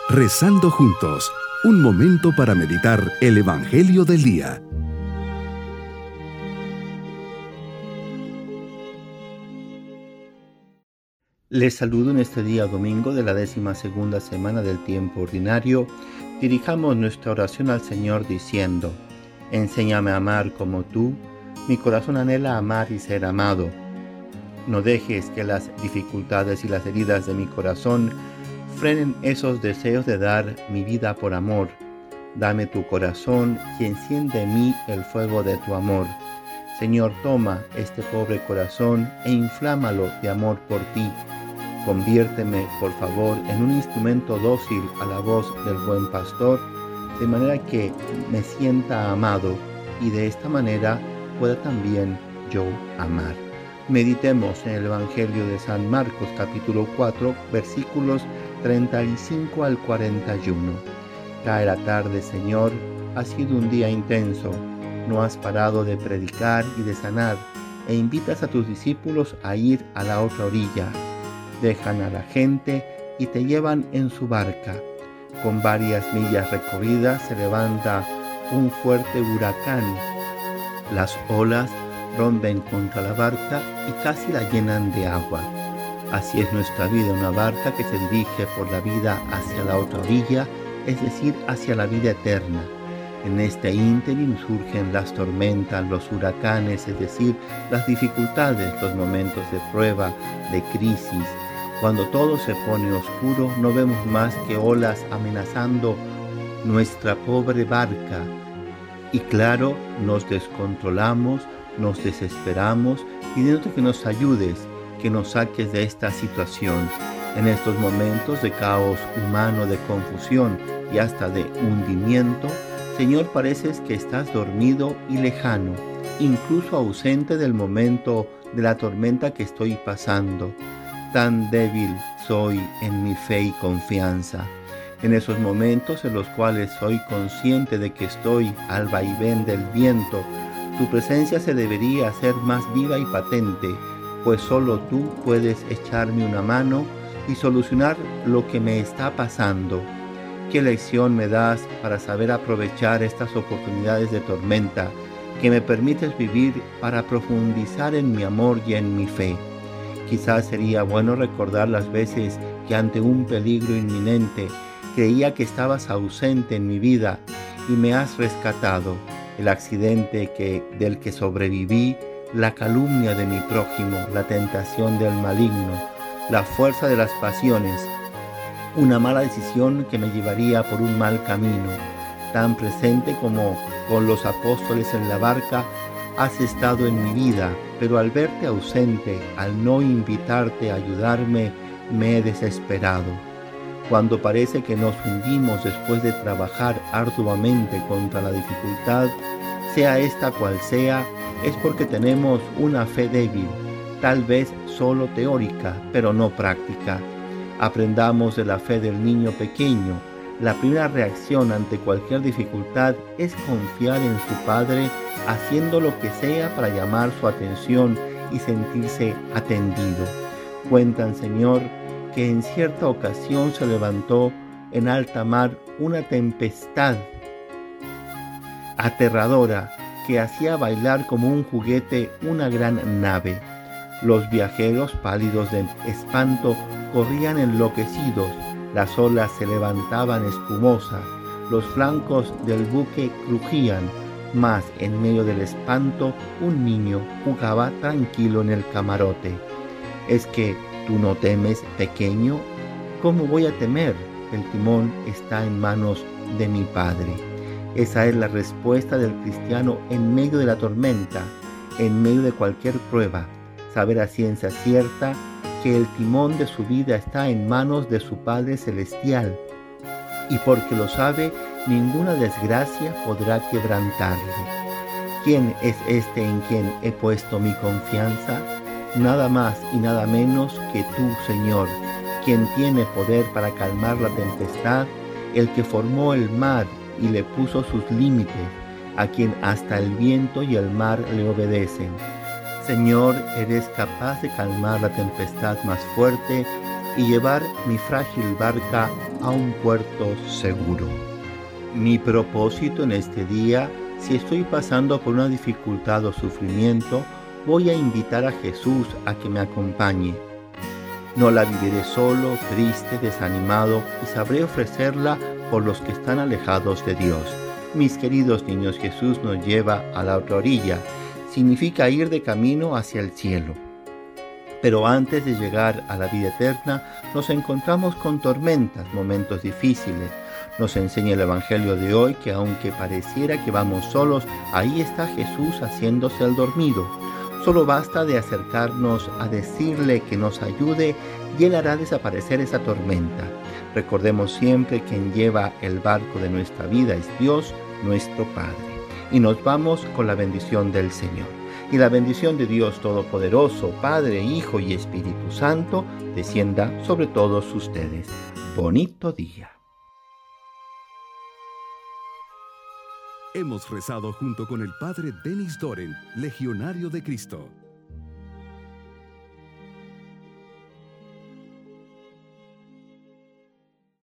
Rezando juntos, un momento para meditar el Evangelio del día. Les saludo en este día domingo de la 12ª semana del tiempo ordinario. Dirijamos nuestra oración al Señor diciendo: enséñame a amar como tú, mi corazón anhela amar y ser amado. No dejes que las dificultades y las heridas de mi corazón frenen esos deseos de dar mi vida por amor. Dame tu corazón y enciende en mí el fuego de tu amor. Señor, toma este pobre corazón e inflámalo de amor por ti. Conviérteme, por favor, en un instrumento dócil a la voz del buen pastor, de manera que me sienta amado y de esta manera pueda también yo amar. Meditemos en el Evangelio de San Marcos, capítulo 4, versículos 35 al 41. Cae la tarde, Señor, ha sido un día intenso. No has parado de predicar y de sanar, e invitas a tus discípulos a ir a la otra orilla. Dejan a la gente y te llevan en su barca. Con varias millas recorridas se levanta un fuerte huracán. Las olas rompen contra la barca y casi la llenan de agua. Así es nuestra vida, una barca que se dirige por la vida hacia la otra orilla, es decir, hacia la vida eterna. En este ínterin surgen las tormentas, los huracanes, es decir, las dificultades, los momentos de prueba, de crisis. Cuando todo se pone oscuro, no vemos más que olas amenazando nuestra pobre barca. Y claro, nos descontrolamos, nos desesperamos, pidiendo que nos ayudes, que nos saques de esta situación. En estos momentos de caos humano, de confusión y hasta de hundimiento, Señor, pareces que estás dormido y lejano, incluso ausente del momento de la tormenta que estoy pasando. Tan débil soy en mi fe y confianza. En esos momentos en los cuales soy consciente de que estoy al vaivén del viento, tu presencia se debería hacer más viva y patente, pues solo tú puedes echarme una mano y solucionar lo que me está pasando. ¿Qué lección me das para saber aprovechar estas oportunidades de tormenta que me permites vivir para profundizar en mi amor y en mi fe? Quizás sería bueno recordar las veces que ante un peligro inminente creía que estabas ausente en mi vida y me has rescatado. El accidente del que sobreviví, la calumnia de mi prójimo, la tentación del maligno, la fuerza de las pasiones, una mala decisión que me llevaría por un mal camino. Tan presente como con los apóstoles en la barca, has estado en mi vida, pero al verte ausente, al no invitarte a ayudarme, me he desesperado. Cuando parece que nos hundimos después de trabajar arduamente contra la dificultad, sea esta cual sea, es porque tenemos una fe débil, tal vez solo teórica, pero no práctica. Aprendamos de la fe del niño pequeño. La primera reacción ante cualquier dificultad es confiar en su padre, haciendo lo que sea para llamar su atención y sentirse atendido. Cuentan, Señor, que en cierta ocasión se levantó en alta mar una tempestad aterradora que hacía bailar como un juguete una gran nave. Los viajeros, pálidos de espanto, corrían enloquecidos. Las olas se levantaban espumosas, los flancos del buque crujían, mas en medio del espanto un niño jugaba tranquilo en el camarote. ¿Es que tú no temes, pequeño? ¿Cómo voy a temer? El timón está en manos de mi Padre. Esa es la respuesta del cristiano en medio de la tormenta, en medio de cualquier prueba. Saber a ciencia cierta que el timón de su vida está en manos de su Padre Celestial, y porque lo sabe, ninguna desgracia podrá quebrantarle. ¿Quién es este en quien he puesto mi confianza? Nada más y nada menos que tú, Señor, quien tiene poder para calmar la tempestad, el que formó el mar y le puso sus límites, a quien hasta el viento y el mar le obedecen. Señor, eres capaz de calmar la tempestad más fuerte y llevar mi frágil barca a un puerto seguro. Mi propósito en este día, si estoy pasando por una dificultad o sufrimiento, voy a invitar a Jesús a que me acompañe. No la viviré solo, triste, desanimado, y sabré ofrecerla por los que están alejados de Dios. Mis queridos niños, Jesús nos lleva a la otra orilla. Significa ir de camino hacia el cielo. Pero antes de llegar a la vida eterna, nos encontramos con tormentas, momentos difíciles. Nos enseña el Evangelio de hoy que aunque pareciera que vamos solos, ahí está Jesús haciéndose el dormido. Solo basta de acercarnos a decirle que nos ayude y Él hará desaparecer esa tormenta. Recordemos siempre que quien lleva el barco de nuestra vida es Dios, nuestro Padre. Y nos vamos con la bendición del Señor. Y la bendición de Dios Todopoderoso, Padre, Hijo y Espíritu Santo, descienda sobre todos ustedes. Bonito día. Hemos rezado junto con el Padre Denis Doren, Legionario de Cristo.